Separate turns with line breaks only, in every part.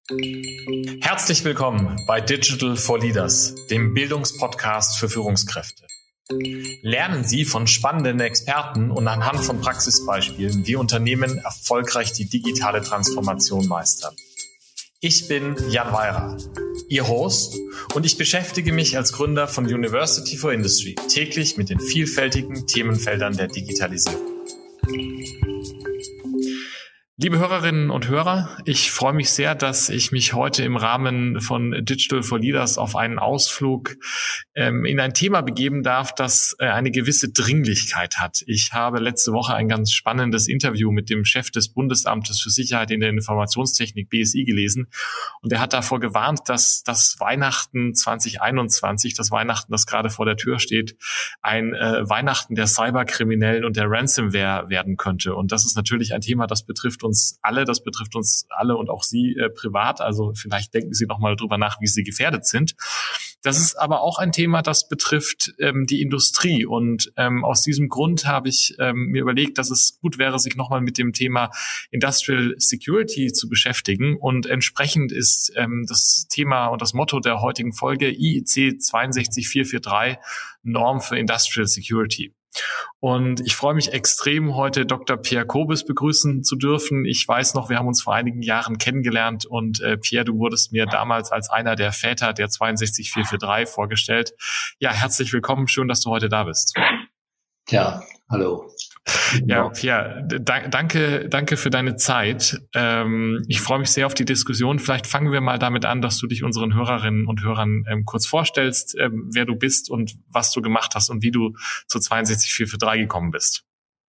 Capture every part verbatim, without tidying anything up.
Herzlich willkommen bei Digital for Leaders, dem Bildungspodcast für Führungskräfte. Lernen Sie von spannenden Experten und anhand von Praxisbeispielen, wie Unternehmen erfolgreich die digitale Transformation meistern. Ich bin Jan Weirer, Ihr Host, und ich beschäftige mich als Gründer von University for Industry täglich mit den vielfältigen Themenfeldern der Digitalisierung. Liebe Hörerinnen und Hörer, ich freue mich sehr, dass ich mich heute im Rahmen von Digital for Leaders auf einen Ausflug ähm, in ein Thema begeben darf, das äh, eine gewisse Dringlichkeit hat. Ich habe letzte Woche ein ganz spannendes Interview mit dem Chef des Bundesamtes für Sicherheit in der Informationstechnik, B S I, gelesen, und er hat davor gewarnt, dass das Weihnachten zwanzig einundzwanzig, das Weihnachten, das gerade vor der Tür steht, ein äh, Weihnachten der Cyberkriminellen und der Ransomware werden könnte. Und das ist natürlich ein Thema, das betrifft uns uns alle, das betrifft uns alle und auch Sie äh, privat. Also vielleicht denken Sie noch mal drüber nach, wie Sie gefährdet sind. Das ist aber auch ein Thema, das betrifft ähm, die Industrie. Und ähm, aus diesem Grund habe ich ähm, mir überlegt, dass es gut wäre, sich noch mal mit dem Thema Industrial Security zu beschäftigen. Und entsprechend ist ähm, das Thema und das Motto der heutigen Folge I E C zwei sechs vier vier drei, Norm für Industrial Security. Und ich freue mich extrem, heute Doktor Pierre Kobes begrüßen zu dürfen. Ich weiß noch, wir haben uns vor einigen Jahren kennengelernt und äh, Pierre, du wurdest mir damals als einer der Väter der zwei sechs vier vier drei vorgestellt. Ja, herzlich willkommen, schön, dass du heute da bist.
Ja, hallo.
Ja, Pierre, da, danke, danke für deine Zeit. Ähm, ich freue mich sehr auf die Diskussion. Vielleicht fangen wir mal damit an, dass du dich unseren Hörerinnen und Hörern ähm, kurz vorstellst, ähm, wer du bist und was du gemacht hast und wie du zu zwei sechs vier vier drei gekommen bist.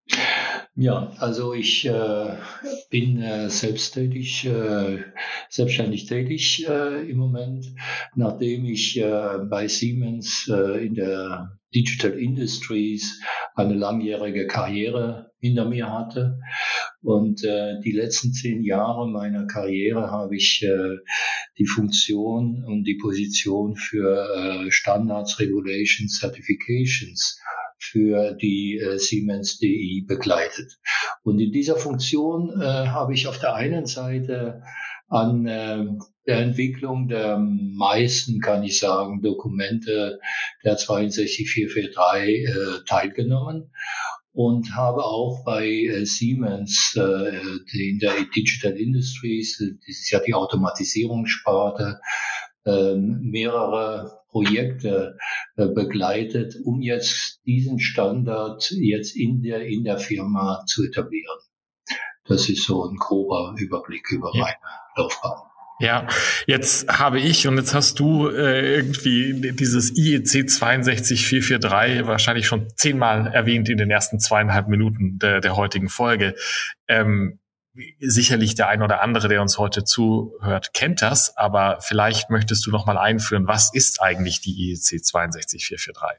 Ja, also ich äh, bin äh, selbsttätig, äh, selbstständig tätig äh, im Moment, nachdem ich äh, bei Siemens äh, in der Digital Industries eine langjährige Karriere hinter mir hatte. Und äh, die letzten zehn Jahre meiner Karriere habe ich äh, die Funktion und die Position für äh, Standards, Regulations, Certifications für die äh, Siemens D I begleitet. Und in dieser Funktion äh, habe ich auf der einen Seite an äh, der Entwicklung der meisten, kann ich sagen, Dokumente der zwei sechs vier vier drei äh, teilgenommen und habe auch bei äh, Siemens äh, in der Digital Industries, das ist ja die Automatisierungssparte, äh, mehrere Projekte äh, begleitet, um jetzt diesen Standard jetzt in der in der Firma zu etablieren. Das ist so ein grober Überblick über
ja.
meine Laufbahn.
Ja, jetzt habe ich und jetzt hast du äh, irgendwie dieses I E C zwei sechs vier vier drei wahrscheinlich schon zehnmal erwähnt in den ersten zweieinhalb Minuten der, der heutigen Folge. Ähm, sicherlich der ein oder andere, der uns heute zuhört, kennt das, aber vielleicht möchtest du noch mal einführen, was ist eigentlich die I E C zwei sechs vier vier drei?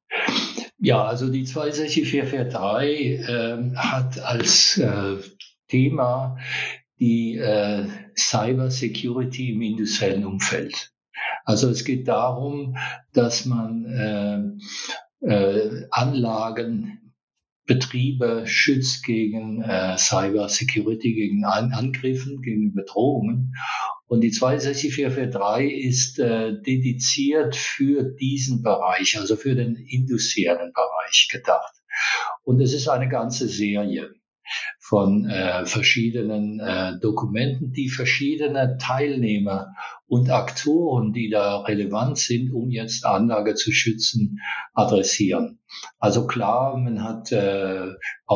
Ja, also die zwei sechs vier vier drei äh, hat als äh, Thema die äh, Cyber Security im industriellen Umfeld. Also es geht darum, dass man äh, äh, Anlagen, Betriebe schützt gegen äh, Cyber Security, gegen An- Angriffen, gegen Bedrohungen. Und die zwei sechs vier vier drei ist äh, dediziert für diesen Bereich, also für den industriellen Bereich gedacht. Und es ist eine ganze Serie von äh, verschiedenen äh, Dokumenten, die verschiedene Teilnehmer und Aktoren, die da relevant sind, um jetzt Anlage zu schützen, adressieren. Also klar, man hat äh,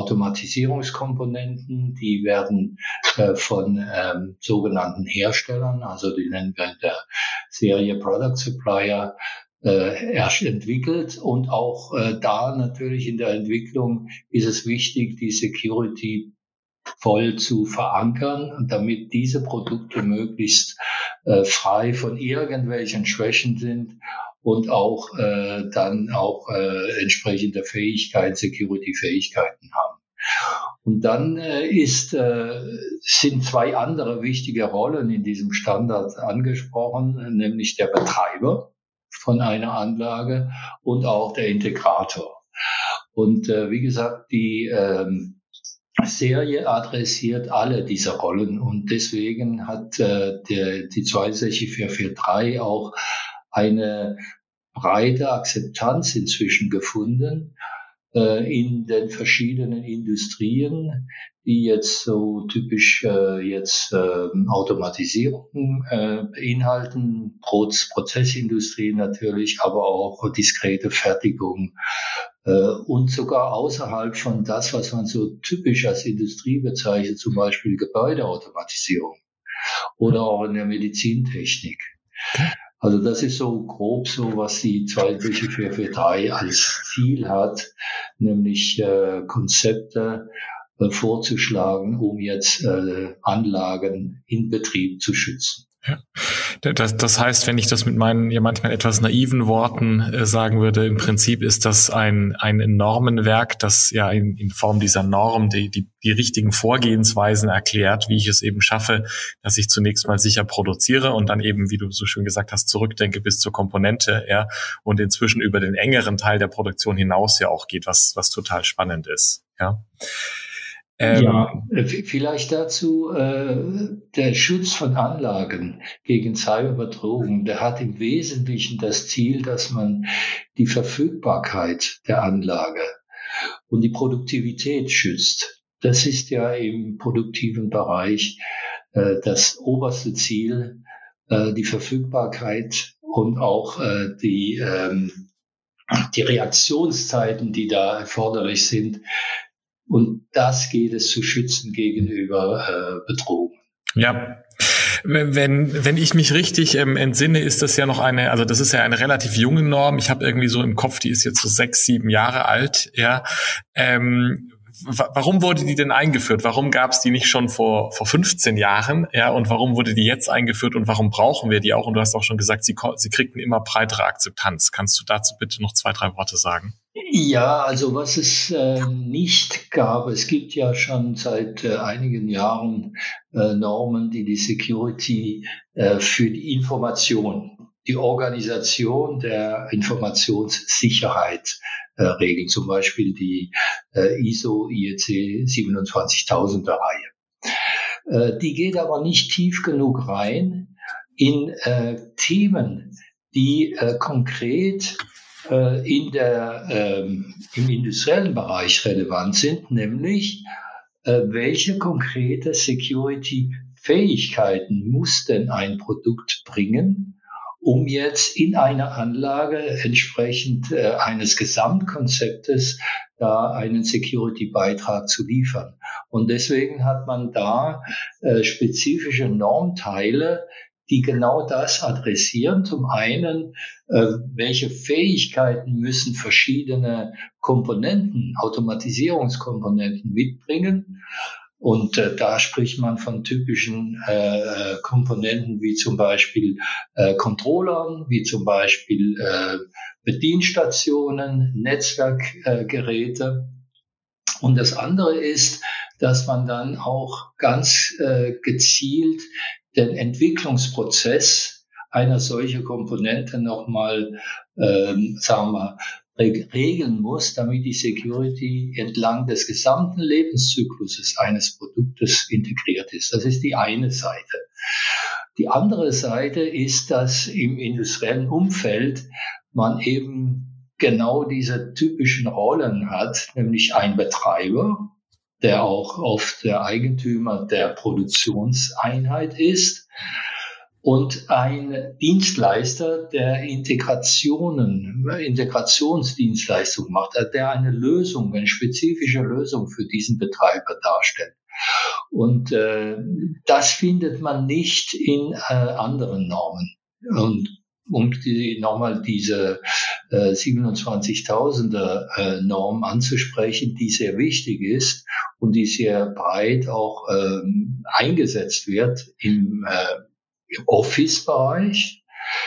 Automatisierungskomponenten, die werden äh, von ähm, sogenannten Herstellern, also die nennen wir in der Serie Product Supplier, äh, erst entwickelt. Und auch äh, da natürlich in der Entwicklung ist es wichtig, die Security voll zu verankern, damit diese Produkte möglichst äh, frei von irgendwelchen Schwächen sind und auch äh, dann auch äh, entsprechende Fähigkeiten, Security-Fähigkeiten haben. Und dann äh, ist, äh, sind zwei andere wichtige Rollen in diesem Standard angesprochen, nämlich der Betreiber von einer Anlage und auch der Integrator. Und äh, wie gesagt, die ähm, Serie adressiert alle diese Rollen und deswegen hat äh, der, die zweiundsechzig vier vier drei auch eine breite Akzeptanz inzwischen gefunden äh, in den verschiedenen Industrien, die jetzt so typisch äh, jetzt äh, Automatisierung äh, beinhalten, Proz- Prozessindustrie natürlich, aber auch diskrete Fertigung äh, und sogar außerhalb von das, was man so typisch als Industrie bezeichnet, zum Beispiel Gebäudeautomatisierung oder auch in der Medizintechnik. Also das ist so grob so, was die zweiundsechzig vier vier drei als Ziel hat, nämlich äh, Konzepte äh, vorzuschlagen, um jetzt äh, Anlagen in Betrieb zu schützen.
Ja. Das, das heißt, wenn ich das mit meinen ja manchmal etwas naiven Worten äh, sagen würde, im Prinzip ist das ein ein Normenwerk, das ja in, in Form dieser Norm die, die die richtigen Vorgehensweisen erklärt, wie ich es eben schaffe, dass ich zunächst mal sicher produziere und dann eben, wie du so schön gesagt hast, zurückdenke bis zur Komponente, ja, und inzwischen über den engeren Teil der Produktion hinaus ja auch geht, was was total spannend ist, ja.
Ähm, ja, vielleicht dazu, äh, der Schutz von Anlagen gegen Cyberbedrohung, der hat im Wesentlichen das Ziel, dass man die Verfügbarkeit der Anlage und die Produktivität schützt. Das ist ja im produktiven Bereich äh, das oberste Ziel, äh, die Verfügbarkeit und auch äh, die, ähm, die Reaktionszeiten, die da erforderlich sind. Und das geht es zu schützen gegenüber äh, Bedrohung.
Ja. Wenn wenn ich mich richtig ähm, entsinne, ist das ja noch eine, also das ist ja eine relativ junge Norm. Ich habe irgendwie so im Kopf, die ist jetzt so sechs, sieben Jahre alt. Ja. Ähm, Warum wurde die denn eingeführt? Warum gab es die nicht schon vor vor fünfzehn Jahren? Ja, und warum wurde die jetzt eingeführt und warum brauchen wir die auch? Und du hast auch schon gesagt, sie, sie kriegt eine immer breitere Akzeptanz. Kannst du dazu bitte noch zwei, drei Worte sagen?
Ja, also was es äh, nicht gab, es gibt ja schon seit äh, einigen Jahren äh, Normen, die die Security äh, für die Information, die Organisation der Informationssicherheit äh, regeln, zum Beispiel die äh, I S O I E C siebenundzwanzigtausender Reihe. Äh, die geht aber nicht tief genug rein in äh, Themen, die äh, konkret äh, in der, ähm, im industriellen Bereich relevant sind, nämlich äh, welche konkrete Security-Fähigkeiten muss denn ein Produkt bringen, um jetzt in einer Anlage entsprechend äh, eines Gesamtkonzeptes da einen Security-Beitrag zu liefern. Und deswegen hat man da äh, spezifische Normteile, die genau das adressieren. Zum einen, äh, welche Fähigkeiten müssen verschiedene Komponenten, Automatisierungskomponenten mitbringen. Und äh, da spricht man von typischen äh, Komponenten wie zum Beispiel äh, Controllern, wie zum Beispiel äh, Bedienstationen, Netzwerkgeräte. Äh, Und das andere ist, dass man dann auch ganz äh, gezielt den Entwicklungsprozess einer solchen Komponente nochmal, ähm, sagen wir, regeln muss, damit die Security entlang des gesamten Lebenszykluses eines Produktes integriert ist. Das ist die eine Seite. Die andere Seite ist, dass im industriellen Umfeld man eben genau diese typischen Rollen hat, nämlich ein Betreiber, der auch oft der Eigentümer der Produktionseinheit ist, und ein Dienstleister, der Integrationen, Integrationsdienstleistungen macht, der eine Lösung, eine spezifische Lösung für diesen Betreiber darstellt. Und äh, das findet man nicht in äh, anderen Normen. Und um die, nochmal diese äh, siebenundzwanzigtausender äh, Norm anzusprechen, die sehr wichtig ist und die sehr breit auch ähm, eingesetzt wird im, äh, im Office-Bereich,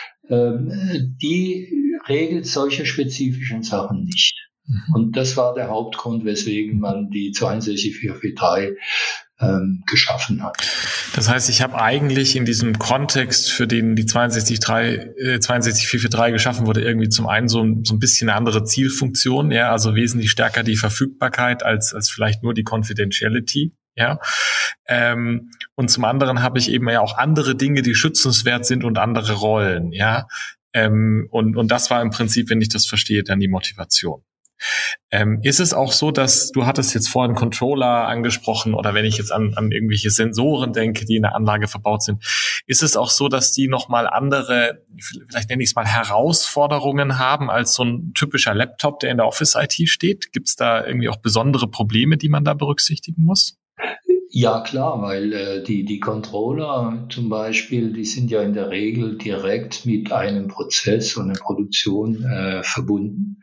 ähm, die regelt solche spezifischen Sachen nicht. Mhm. Und das war der Hauptgrund, weswegen man die zweiundsechzig vier vier drei ähm, geschaffen hat.
Das heißt, ich habe eigentlich in diesem Kontext, für den die zweiundsechzig vier vier drei geschaffen wurde, irgendwie zum einen so, so ein bisschen eine andere Zielfunktion, ja, also wesentlich stärker die Verfügbarkeit als als vielleicht nur die Confidentiality. Ja, ähm, und zum anderen habe ich eben ja auch andere Dinge, die schützenswert sind und andere Rollen, ja, ähm, und und das war im Prinzip, wenn ich das verstehe, dann die Motivation. Ähm, ist es auch so, dass du hattest jetzt vorhin Controller angesprochen oder wenn ich jetzt an, an irgendwelche Sensoren denke, die in der Anlage verbaut sind, ist es auch so, dass die nochmal andere, vielleicht nenne ich es mal Herausforderungen haben als so ein typischer Laptop, der in der Office-I T steht? Gibt es da irgendwie auch besondere Probleme, die man da berücksichtigen muss?
Ja, klar, weil äh, die, die Controller zum Beispiel, die sind ja in der Regel direkt mit einem Prozess und einer Produktion äh, verbunden.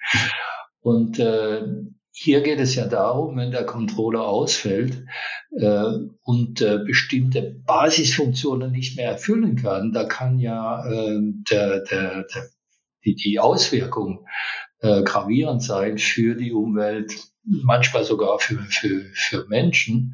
Und äh, hier geht es ja darum, wenn der Controller ausfällt äh, und äh, bestimmte Basisfunktionen nicht mehr erfüllen kann, da kann ja äh, der, der, der, die, die Auswirkung äh, gravierend sein für die Umwelt, manchmal sogar für, für, für Menschen.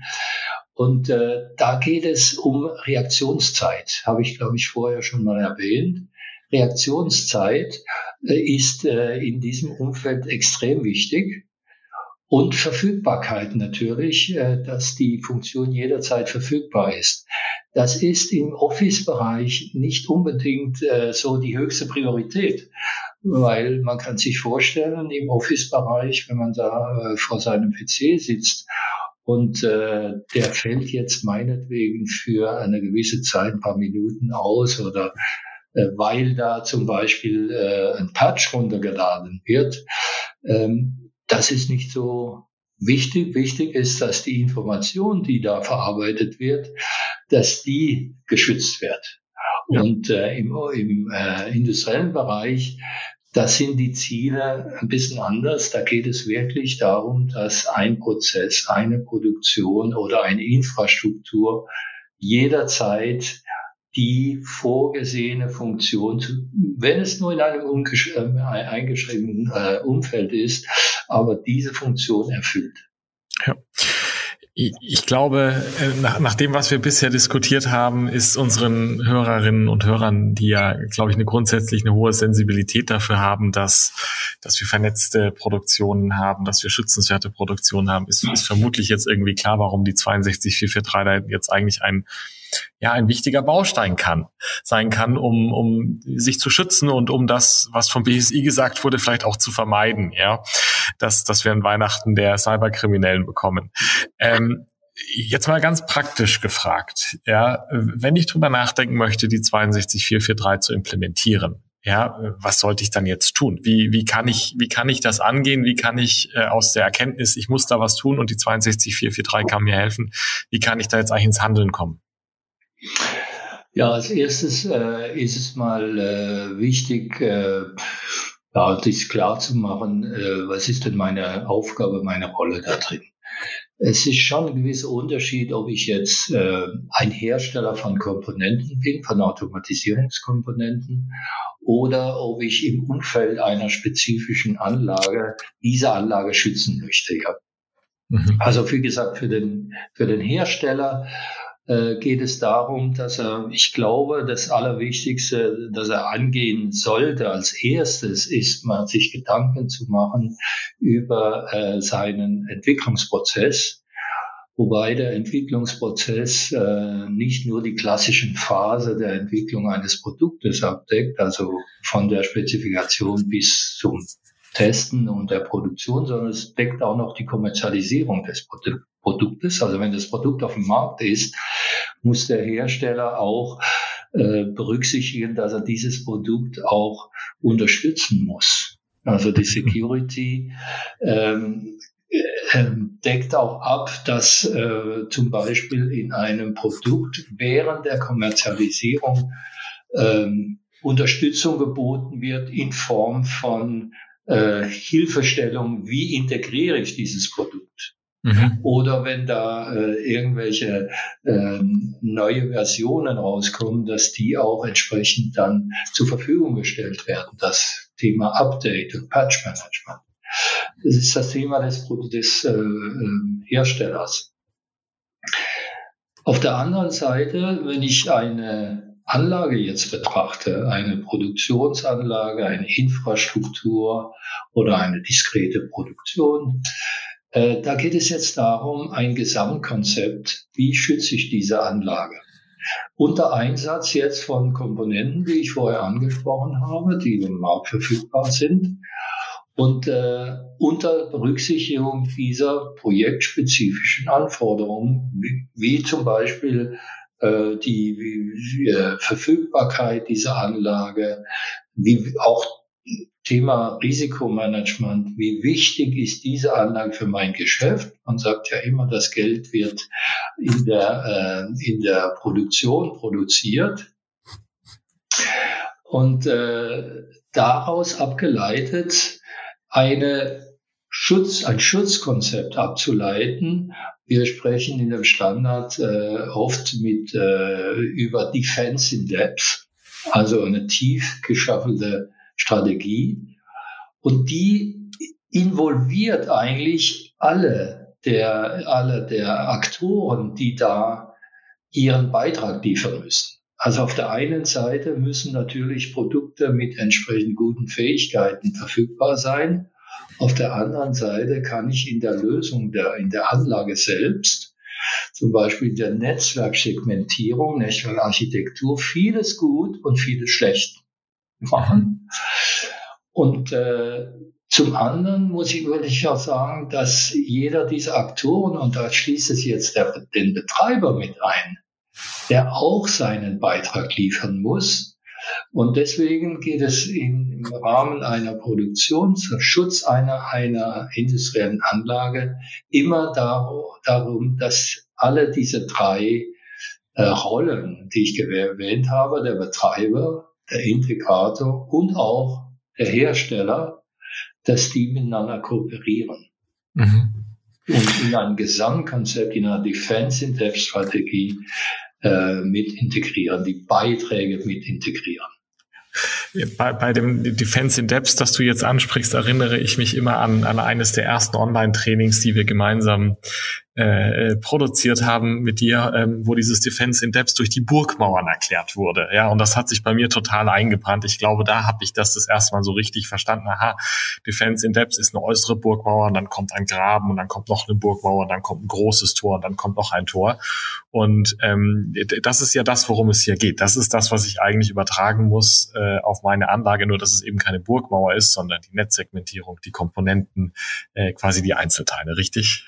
Und äh, da geht es um Reaktionszeit, habe ich, glaube ich, vorher schon mal erwähnt. Reaktionszeit äh, ist äh, in diesem Umfeld extrem wichtig. Und Verfügbarkeit natürlich, äh, dass die Funktion jederzeit verfügbar ist. Das ist im Office-Bereich nicht unbedingt äh, so die höchste Priorität, weil man kann sich vorstellen, im Office-Bereich, wenn man da äh, vor seinem P C sitzt und äh, der fällt jetzt meinetwegen für eine gewisse Zeit, ein paar Minuten aus oder äh, weil da zum Beispiel äh, ein Patch runtergeladen wird, ähm, das ist nicht so wichtig. Wichtig ist, dass die Information, die da verarbeitet wird, dass die geschützt wird. Ja. Und äh, im, im äh, industriellen Bereich, da sind die Ziele ein bisschen anders. Da geht es wirklich darum, dass ein Prozess, eine Produktion oder eine Infrastruktur jederzeit die vorgesehene Funktion, wenn es nur in einem ungesch- äh, eingeschriebenen äh, Umfeld ist, aber diese Funktion erfüllt.
Ja. Ich glaube, nach, nach dem, was wir bisher diskutiert haben, ist unseren Hörerinnen und Hörern, die ja, glaube ich, eine grundsätzlich eine hohe Sensibilität dafür haben, dass, dass wir vernetzte Produktionen haben, dass wir schützenswerte Produktionen haben, ist, ist vermutlich jetzt irgendwie klar, warum die zweiundsechzig vier vier drei da jetzt eigentlich ein ja ein wichtiger Baustein kann, sein kann, um um sich zu schützen und um das, was vom B S I gesagt wurde, vielleicht auch zu vermeiden, ja, dass dass wir an Weihnachten der Cyberkriminellen bekommen. Ähm, jetzt mal ganz praktisch gefragt, ja, wenn ich drüber nachdenken möchte, die zweiundsechzig vier vier drei zu implementieren, ja, was sollte ich dann jetzt tun? Wie wie kann ich wie kann ich das angehen? Wie kann ich äh, aus der Erkenntnis, ich muss da was tun und die zweiundsechzig vier vier drei kann mir helfen, wie kann ich da jetzt eigentlich ins Handeln kommen?
Ja, als erstes äh, ist es mal äh, wichtig, äh, ja, das klar zu machen, äh, was ist denn meine Aufgabe, meine Rolle da drin. Es ist schon ein gewisser Unterschied, ob ich jetzt äh, ein Hersteller von Komponenten bin, von Automatisierungskomponenten, oder ob ich im Umfeld einer spezifischen Anlage diese Anlage schützen möchte. Ja. Mhm. Also wie gesagt, für den, für den Hersteller geht es darum, dass er, ich glaube, das Allerwichtigste, das er angehen sollte als erstes, ist mal sich Gedanken zu machen über äh, seinen Entwicklungsprozess, wobei der Entwicklungsprozess äh, nicht nur die klassischen Phase der Entwicklung eines Produktes abdeckt, also von der Spezifikation bis zum Testen und der Produktion, sondern es deckt auch noch die Kommerzialisierung des Produktes. Also wenn das Produkt auf dem Markt ist, muss der Hersteller auch äh, berücksichtigen, dass er dieses Produkt auch unterstützen muss. Also die Security ähm, äh, deckt auch ab, dass äh, zum Beispiel in einem Produkt während der Kommerzialisierung ähm, Unterstützung geboten wird in Form von äh, Hilfestellung, wie integriere ich dieses Produkt. Mhm. Oder wenn da äh, irgendwelche äh, neue Versionen rauskommen, dass die auch entsprechend dann zur Verfügung gestellt werden. Das Thema Update und Patch Management. Das ist das Thema des, des äh, Herstellers. Auf der anderen Seite, wenn ich eine Anlage jetzt betrachte, eine Produktionsanlage, eine Infrastruktur oder eine diskrete Produktion, äh, da geht es jetzt darum, ein Gesamtkonzept, wie schütze ich diese Anlage? Unter Einsatz jetzt von Komponenten, die ich vorher angesprochen habe, die im Markt verfügbar sind und äh, unter Berücksichtigung dieser projektspezifischen Anforderungen, wie, wie zum Beispiel äh, die wie, äh, Verfügbarkeit dieser Anlage, wie auch Thema Risikomanagement, wie wichtig ist diese Anlage für mein Geschäft? Man sagt ja immer, das Geld wird in der, äh, in der Produktion produziert. Und äh, daraus abgeleitet eine Schutz, ein Schutzkonzept abzuleiten. Wir sprechen in dem Standard äh, oft mit äh, über Defense in Depth, also eine tief geschaffelte Strategie. Und die involviert eigentlich alle der, alle der Aktoren, die da ihren Beitrag liefern müssen. Also auf der einen Seite müssen natürlich Produkte mit entsprechend guten Fähigkeiten verfügbar sein. Auf der anderen Seite kann ich in der Lösung, der, in der Anlage selbst, zum Beispiel der Netzwerksegmentierung, Netzwerkarchitektur, vieles gut und vieles schlecht machen. Und äh, zum anderen muss ich wirklich auch sagen, dass jeder dieser Aktoren, und da schließt es jetzt der, den Betreiber mit ein, der auch seinen Beitrag liefern muss. Und deswegen geht es in, im Rahmen einer Produktion zum Schutz einer, einer industriellen Anlage immer darum, darum, dass alle diese drei äh, Rollen, die ich erwähnt habe, der Betreiber, der Integrator und auch der Hersteller, dass die miteinander kooperieren. Mhm. Und in einem Gesamtkonzept, in einer Defense-in-Depth-Strategie äh, mit integrieren, die Beiträge mit integrieren.
Bei, bei dem Defense in Depth, das du jetzt ansprichst, erinnere ich mich immer an, an eines der ersten Online-Trainings, die wir gemeinsam äh, produziert haben mit dir, ähm, wo dieses Defense in Depth durch die Burgmauern erklärt wurde. Ja, und das hat sich bei mir total eingebrannt. Ich glaube, da habe ich das das erste Mal so richtig verstanden. Aha, Defense in Depth ist eine äußere Burgmauer, und dann kommt ein Graben und dann kommt noch eine Burgmauer, und dann kommt ein großes Tor und dann kommt noch ein Tor. Und ähm, das ist ja das, worum es hier geht. Das ist das, was ich eigentlich übertragen muss äh, auf meine Anlage, nur dass es eben keine Burgmauer ist, sondern die Netzsegmentierung, die Komponenten, äh, quasi die Einzelteile, richtig?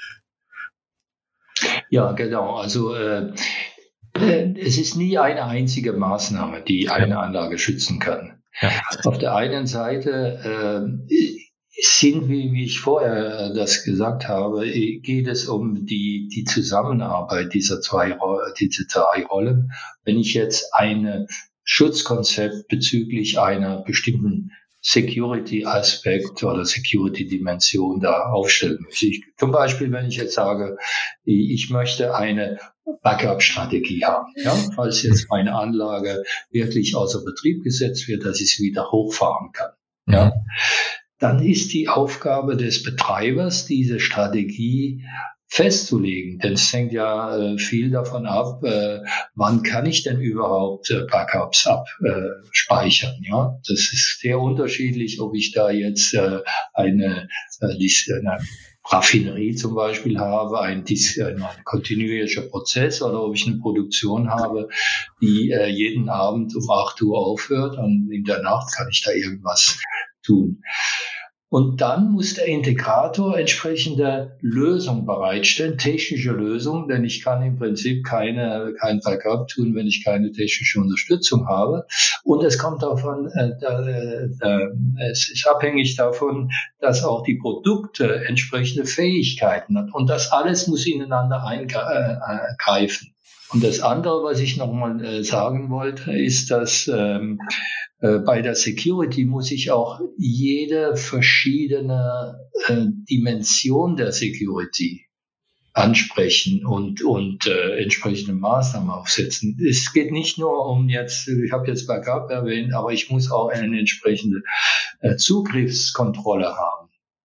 Ja, genau. Also äh, es ist nie eine einzige Maßnahme, die eine Anlage schützen kann. Ja. Auf der einen Seite äh, sind, wie, wie ich vorher das gesagt habe, geht es um die, die Zusammenarbeit dieser zwei, diese drei Rollen. Wenn ich jetzt ein Schutzkonzept bezüglich einer bestimmten Security-Aspekt oder Security-Dimension da aufstellen möchte. Ich, zum Beispiel, wenn ich jetzt sage, ich möchte eine Backup-Strategie haben, ja, falls jetzt meine Anlage wirklich außer Betrieb gesetzt wird, dass ich sie wieder hochfahren kann, ja, dann ist die Aufgabe des Betreibers, diese Strategie festzulegen. Denn es hängt ja äh, viel davon ab, äh, wann kann ich denn überhaupt äh, Backups abspeichern. Äh, ja? Das ist sehr unterschiedlich, ob ich da jetzt äh, eine, äh, eine Raffinerie zum Beispiel habe, ein, ein kontinuierlicher Prozess, oder ob ich eine Produktion habe, die äh, jeden Abend um acht Uhr aufhört, und in der Nacht kann ich da irgendwas tun. Und dann muss der Integrator entsprechende Lösungen bereitstellen, technische Lösungen, denn ich kann im Prinzip keine, kein Backup tun, wenn ich keine technische Unterstützung habe. Und es kommt davon, äh, äh, es ist abhängig davon, dass auch die Produkte entsprechende Fähigkeiten hat. Und das alles muss ineinander eingreifen. Und das andere, was ich nochmal äh, sagen wollte, ist, dass ähm, äh, bei der Security muss ich auch jede verschiedene äh, Dimension der Security ansprechen und und äh, entsprechende Maßnahmen aufsetzen. Es geht nicht nur um jetzt, ich habe jetzt Backup erwähnt, aber ich muss auch eine entsprechende äh, Zugriffskontrolle haben.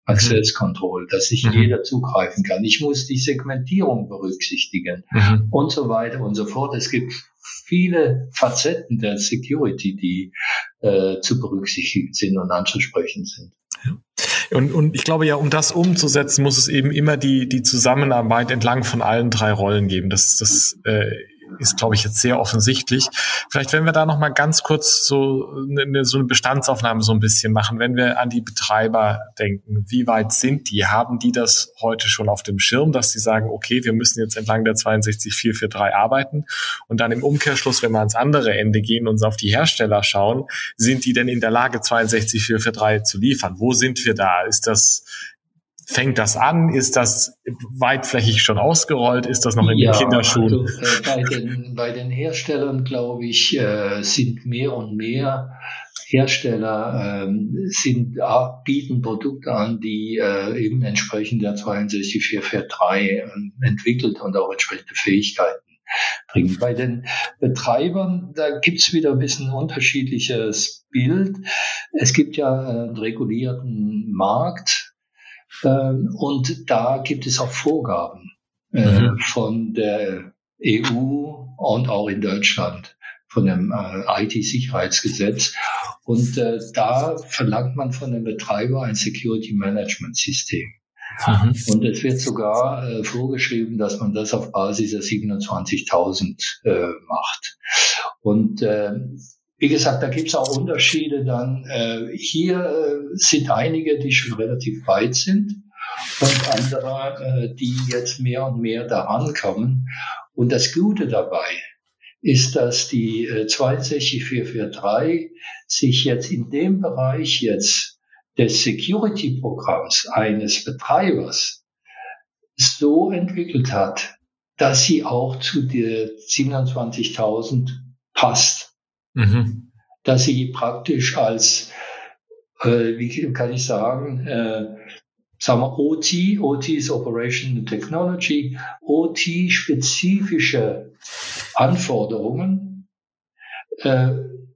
Access Control, dass nicht mhm. jeder zugreifen kann. Ich muss die Segmentierung berücksichtigen mhm. und so weiter und so fort. Es gibt viele Facetten der Security, die äh, zu berücksichtigen sind und anzusprechen sind.
Ja. Und, und ich glaube ja, um das umzusetzen, muss es eben immer die, die Zusammenarbeit entlang von allen drei Rollen geben. Das, das äh, ist, glaube ich, jetzt sehr offensichtlich. Vielleicht, wenn wir da noch mal ganz kurz so eine, so eine Bestandsaufnahme so ein bisschen machen, wenn wir an die Betreiber denken, wie weit sind die? Haben die das heute schon auf dem Schirm, dass sie sagen, okay, wir müssen jetzt entlang der zweiundsechzig vier vier drei arbeiten? Und dann im Umkehrschluss, wenn wir ans andere Ende gehen und uns auf die Hersteller schauen, sind die denn in der Lage, zweiundsechzig vier vier drei zu liefern? Wo sind wir da? Ist das Fängt das an? Ist das weitflächig schon ausgerollt? Ist das noch in
ja,
den Kinderschuhen?
Also, äh, bei, den, bei den Herstellern, glaube ich, äh, sind mehr und mehr Hersteller ähm, sind, äh, bieten Produkte an, die äh, eben entsprechend der zweiundsechzig vier vier drei äh, entwickelt und auch entsprechende Fähigkeiten bringen. Bei den Betreibern, da gibt's wieder ein bisschen ein unterschiedliches Bild. Es gibt ja einen regulierten Markt, und da gibt es auch Vorgaben äh, mhm. von der E U und auch in Deutschland von dem äh, I T-Sicherheitsgesetz. Und äh, da verlangt man von dem Betreiber ein Security-Management-System. Mhm. Und es wird sogar äh, vorgeschrieben, dass man das auf Basis der siebenundzwanzigtausend äh, macht. Und äh, wie gesagt, da gibt es auch Unterschiede dann. Äh, hier äh, sind einige, die schon relativ weit sind und andere, äh, die jetzt mehr und mehr daran kommen. Und das Gute dabei ist, dass die äh, zweiundsechzig vier vier drei sich jetzt in dem Bereich jetzt des Security-Programms eines Betreibers so entwickelt hat, dass sie auch zu der siebenundzwanzigtausend passt. Mhm. Dass sie praktisch als, äh, wie kann ich sagen, äh, sagen wir O T, O T ist Operation Technology, O T-spezifische Anforderungen äh,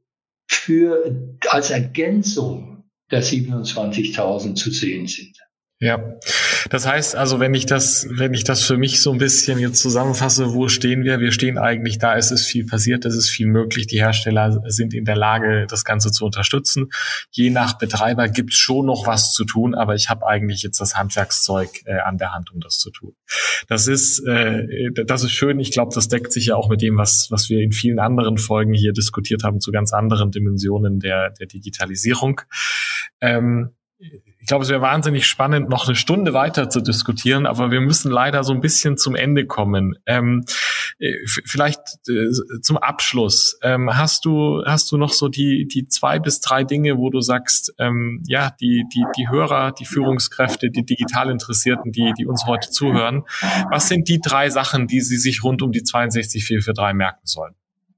für als Ergänzung der siebenundzwanzigtausend zu sehen sind.
Ja, das heißt also, wenn ich das, wenn ich das für mich so ein bisschen jetzt zusammenfasse, wo stehen wir? Wir stehen eigentlich da, es ist viel passiert, es ist viel möglich, die Hersteller sind in der Lage, das Ganze zu unterstützen. Je nach Betreiber gibt es schon noch was zu tun, aber ich habe eigentlich jetzt das Handwerkszeug äh, an der Hand, um das zu tun. Das ist, äh, das ist schön. Ich glaube, das deckt sich ja auch mit dem, was, was wir in vielen anderen Folgen hier diskutiert haben, zu ganz anderen Dimensionen der, der Digitalisierung. Ähm, Ich glaube, es wäre wahnsinnig spannend, noch eine Stunde weiter zu diskutieren, aber wir müssen leider so ein bisschen zum Ende kommen. Ähm, f- vielleicht äh, zum Abschluss. Ähm, hast du hast du noch so die die zwei bis drei Dinge, wo du sagst, ähm, ja, die die die Hörer, die Führungskräfte, die digital Interessierten, die die uns heute zuhören, was sind die drei Sachen, die sie sich rund um die zweiundsechzig vier vier drei merken sollen?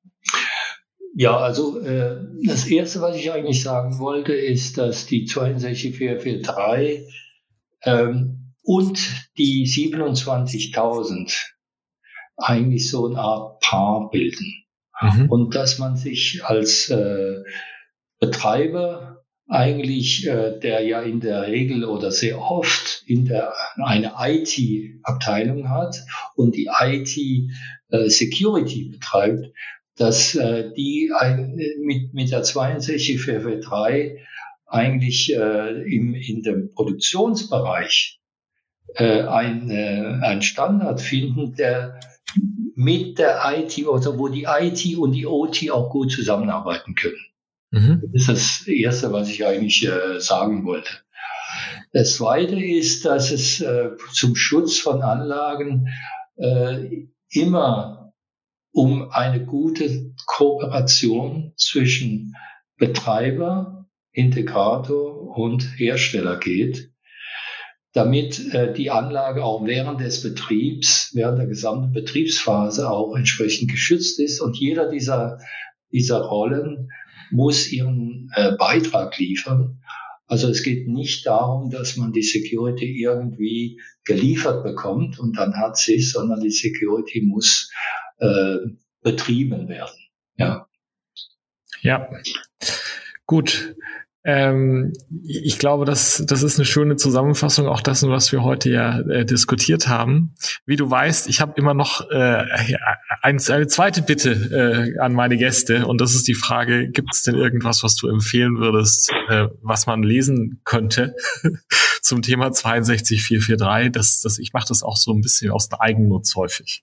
Ja, also äh, das Erste, was ich eigentlich sagen wollte, ist, dass die zweiundsechzig vier vier drei ähm, und die siebenundzwanzigtausend eigentlich so eine Art Paar bilden. Mhm. Und dass man sich als äh, Betreiber eigentlich, äh, der ja in der Regel oder sehr oft in der eine I T-Abteilung hat und die I T-Security betreibt, dass äh, die ein, mit, mit der zweiundsechzig vier vier drei eigentlich äh, im, in dem Produktionsbereich äh, ein, äh, ein Standard finden, der mit der I T, also wo die I T und die O T auch gut zusammenarbeiten können. Mhm. Das ist das Erste, was ich eigentlich äh, sagen wollte. Das Zweite ist, dass es äh, zum Schutz von Anlagen äh, immer um eine gute Kooperation zwischen Betreiber, Integrator und Hersteller geht, damit äh, die Anlage auch während des Betriebs, während der gesamten Betriebsphase auch entsprechend geschützt ist. Und jeder dieser, dieser Rollen muss ihren äh, Beitrag liefern. Also es geht nicht darum, dass man die Security irgendwie geliefert bekommt und dann hat sie es, sondern die Security muss äh, betrieben werden. Ja.
Ja, gut. Ähm, ich glaube, das, das ist eine schöne Zusammenfassung auch dessen, was wir heute ja äh, diskutiert haben. Wie du weißt, ich habe immer noch äh, eine, eine zweite Bitte äh, an meine Gäste, und das ist die Frage: Gibt es denn irgendwas, was du empfehlen würdest, äh, was man lesen könnte zum Thema zweiundsechzig vier vier drei? Das, das, ich mache das auch so ein bisschen aus der Eigennutz häufig.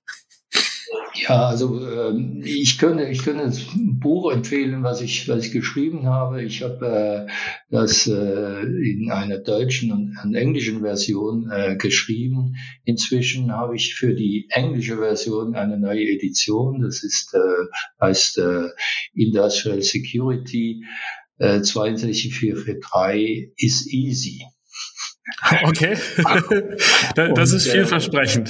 Ja, also äh, ich könnte ich könnte ein Buch empfehlen, was ich was ich geschrieben habe. Ich habe äh, das äh, in einer deutschen und einer englischen Version äh, geschrieben. Inzwischen habe ich für die englische Version eine neue Edition. Das ist äh, heißt äh, Industrial Security äh, zweiundsechzig vier vier drei is easy.
Okay, das ist vielversprechend.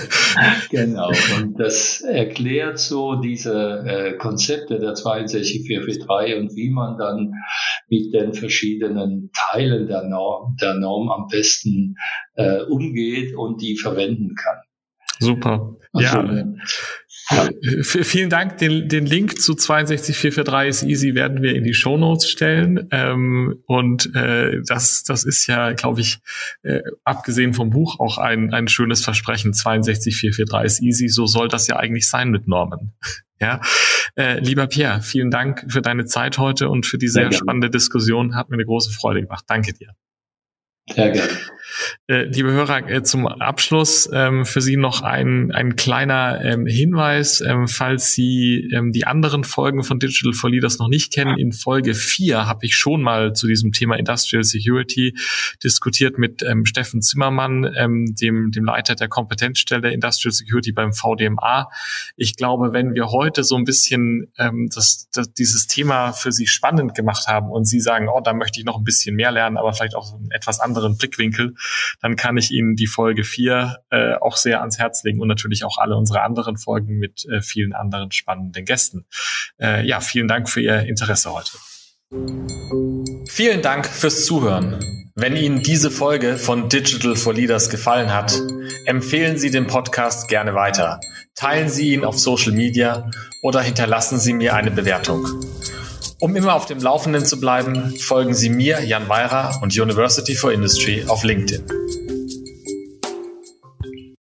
Genau, und das erklärt so diese äh, Konzepte der zweiundsechzig vier vier drei und wie man dann mit den verschiedenen Teilen der Norm, der Norm am besten äh, umgeht und die verwenden kann.
Super.
Also,
ja. Ja. Vielen Dank. Den, den Link zu zweiundsechzig vier vier drei ist easy werden wir in die Shownotes stellen. Ähm, und äh, das, das ist ja, glaube ich, äh, abgesehen vom Buch auch ein, ein schönes Versprechen. zweiundsechzig vier vier drei ist easy. So soll das ja eigentlich sein mit Normen. Ja, äh, lieber Pierre, vielen Dank für deine Zeit heute und für die sehr, sehr spannende Diskussion. Hat mir eine große Freude gemacht. Danke dir.
Sehr gerne.
Äh, liebe Hörer, äh, zum Abschluss ähm, für Sie noch ein, ein kleiner ähm, Hinweis, ähm, falls Sie ähm, die anderen Folgen von Digital for Leaders noch nicht kennen. In Folge vier habe ich schon mal zu diesem Thema Industrial Security diskutiert mit ähm, Steffen Zimmermann, ähm, dem, dem Leiter der Kompetenzstelle Industrial Security beim V D M A. Ich glaube, wenn wir heute so ein bisschen ähm, das, das, dieses Thema für Sie spannend gemacht haben und Sie sagen, oh, da möchte ich noch ein bisschen mehr lernen, aber vielleicht auch so einen etwas anderen Blickwinkel, dann kann ich Ihnen die Folge vier äh, auch sehr ans Herz legen und natürlich auch alle unsere anderen Folgen mit äh, vielen anderen spannenden Gästen. Äh, ja, vielen Dank für Ihr Interesse heute. Vielen Dank fürs Zuhören. Wenn Ihnen diese Folge von Digital for Leaders gefallen hat, empfehlen Sie den Podcast gerne weiter. Teilen Sie ihn auf Social Media oder hinterlassen Sie mir eine Bewertung. Um immer auf dem Laufenden zu bleiben, folgen Sie mir, Jan Weira und University for Industry auf LinkedIn.